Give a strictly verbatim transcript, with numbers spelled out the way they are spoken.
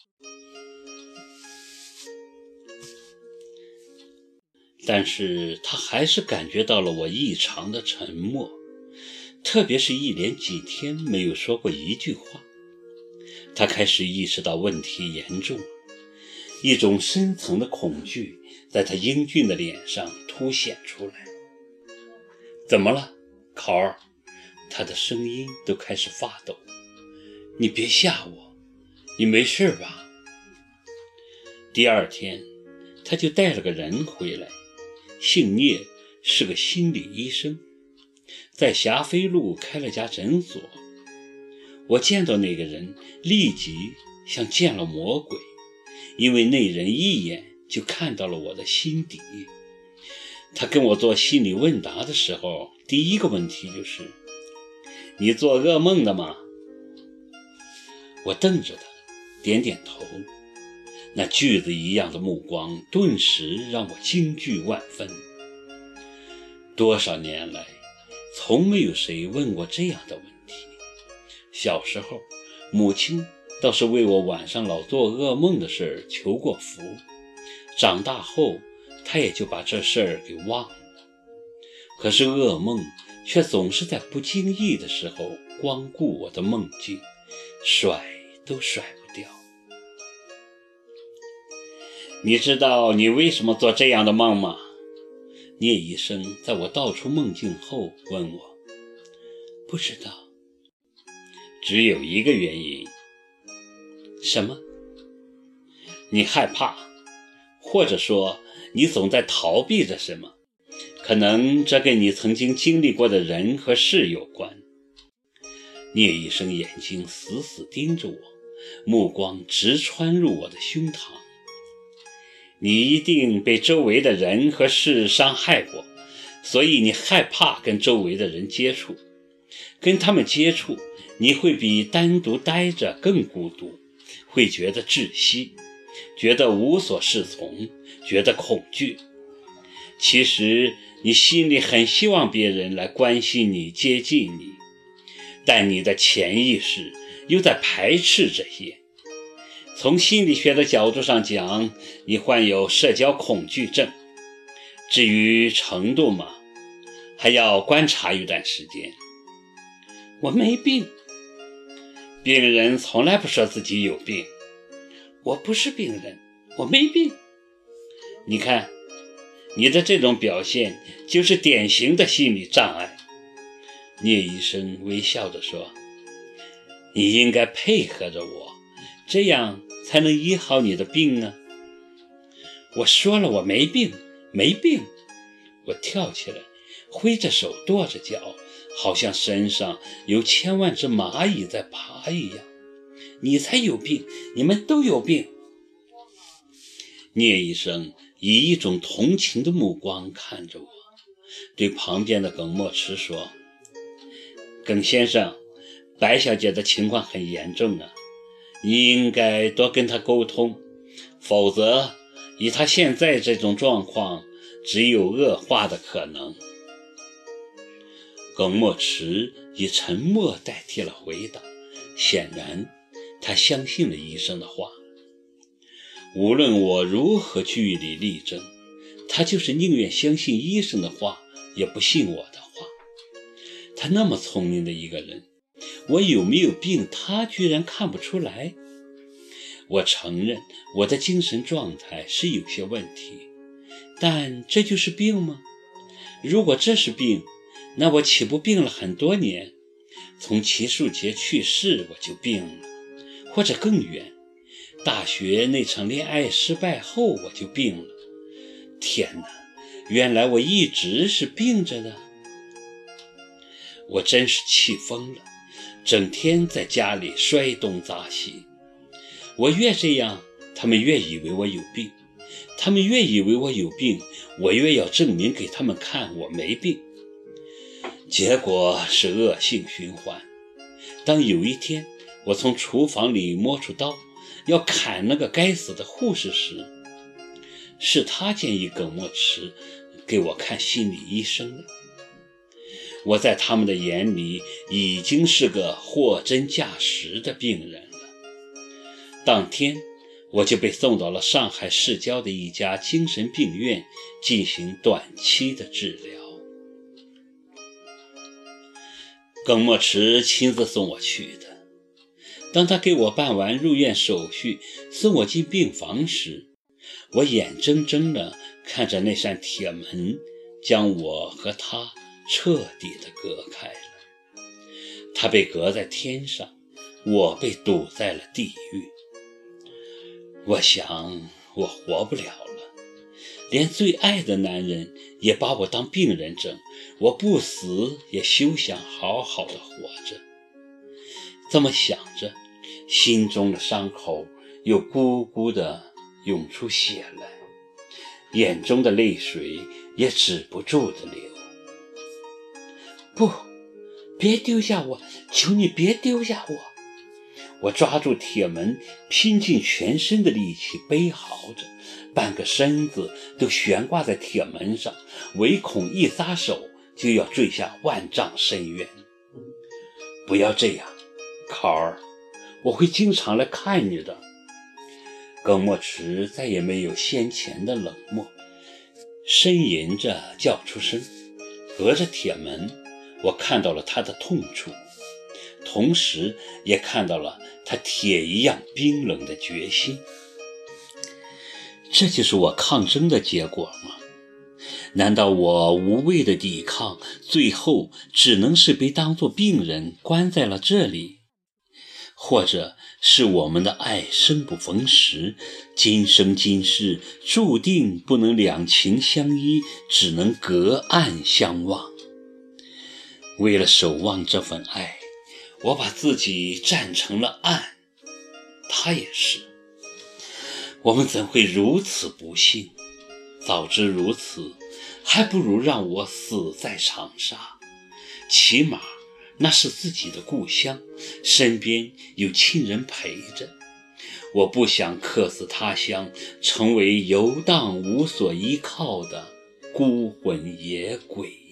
但是他还是感觉到了我异常的沉默，特别是一连几天没有说过一句话。他开始意识到问题严重，一种深层的恐惧在他英俊的脸上凸显出来。怎么了，考儿？他的声音都开始发抖。你别吓我，你没事吧？第二天他就带了个人回来，姓聂，是个心理医生，在霞飞路开了家诊所。我见到那个人立即像见了魔鬼，因为那人一眼就看到了我的心底。他跟我做心理问答的时候，第一个问题就是：你做噩梦的吗？我瞪着他，点点头。那锯子一样的目光顿时让我惊惧万分。多少年来，从没有谁问过这样的问题。小时候，母亲倒是为我晚上老做噩梦的事求过福，长大后她也就把这事儿给忘了。可是噩梦却总是在不经意的时候光顾我的梦境，甩都甩不掉。你知道你为什么做这样的梦吗？聂医生在我道出梦境后问我。不知道。只有一个原因。什么？你害怕，或者说你总在逃避着什么，可能这跟你曾经经历过的人和事有关。聂医生眼睛死死盯着我，目光直穿入我的胸膛。你一定被周围的人和事伤害过，所以你害怕跟周围的人接触。跟他们接触，你会比单独待着更孤独，会觉得窒息，觉得无所适从，觉得恐惧。其实你心里很希望别人来关心你，接近你，但你的潜意识又在排斥这些。从心理学的角度上讲，你患有社交恐惧症。至于程度嘛，还要观察一段时间。我没病。病人从来不说自己有病。我不是病人，我没病。你看，你的这种表现就是典型的心理障碍。聂医生微笑着说，你应该配合着我，这样才能医好你的病啊。我说了我没病，没病。我跳起来，挥着手跺着脚，好像身上有千万只蚂蚁在爬一样。你才有病，你们都有病。聂医生以一种同情的目光看着我，对旁边的耿墨池说，耿先生，白小姐的情况很严重啊，你应该多跟她沟通，否则以她现在这种状况，只有恶化的可能。耿墨池以沉默代替了回答，显然他相信了医生的话。无论我如何据理力争，他就是宁愿相信医生的话，也不信我的话。他那么聪明的一个人，我有没有病，他居然看不出来。我承认我的精神状态是有些问题，但这就是病吗？如果这是病，那我岂不病了很多年？从齐树杰去世我就病了，或者更远，大学那场恋爱失败后我就病了。天哪，原来我一直是病着的。我真是气疯了，整天在家里摔东砸西。我越这样，他们越以为我有病，他们越以为我有病，我越要证明给他们看我没病。结果是恶性循环。当有一天我从厨房里摸出刀要砍那个该死的护士时，是他建议耿墨池给我看心理医生的。我在他们的眼里已经是个货真价实的病人了。当天我就被送到了上海市郊的一家精神病院进行短期的治疗。耿墨池亲自送我去的。当他给我办完入院手续，送我进病房时，我眼睁睁地看着那扇铁门将我和他彻底地隔开了。他被隔在天上，我被堵在了地狱。我想我活不了了，连最爱的男人也把我当病人整，我不死也休想好好的活着。这么想着，心中的伤口又咕咕地涌出血来，眼中的泪水也止不住地流。不，别丢下我，求你别丢下我！我抓住铁门，拼尽全身的力气悲嚎着，半个身子都悬挂在铁门上，唯恐一撒手就要坠下万丈深渊。不要这样，考儿，我会经常来看你的。耿墨池再也没有先前的冷漠，呻吟着叫出声。隔着铁门，我看到了他的痛楚，同时也看到了他铁一样冰冷的决心。这就是我抗争的结果吗？难道我无谓的抵抗，最后只能是被当作病人关在了这里？或者是我们的爱生不逢时，今生今世注定不能两情相依，只能隔岸相望。为了守望这份爱，我把自己站成了岸，他也是。我们怎会如此不幸？早知如此，还不如让我死在长沙，起码那是自己的故乡，身边有亲人陪着。我不想客死他乡，成为游荡无所依靠的孤魂野鬼。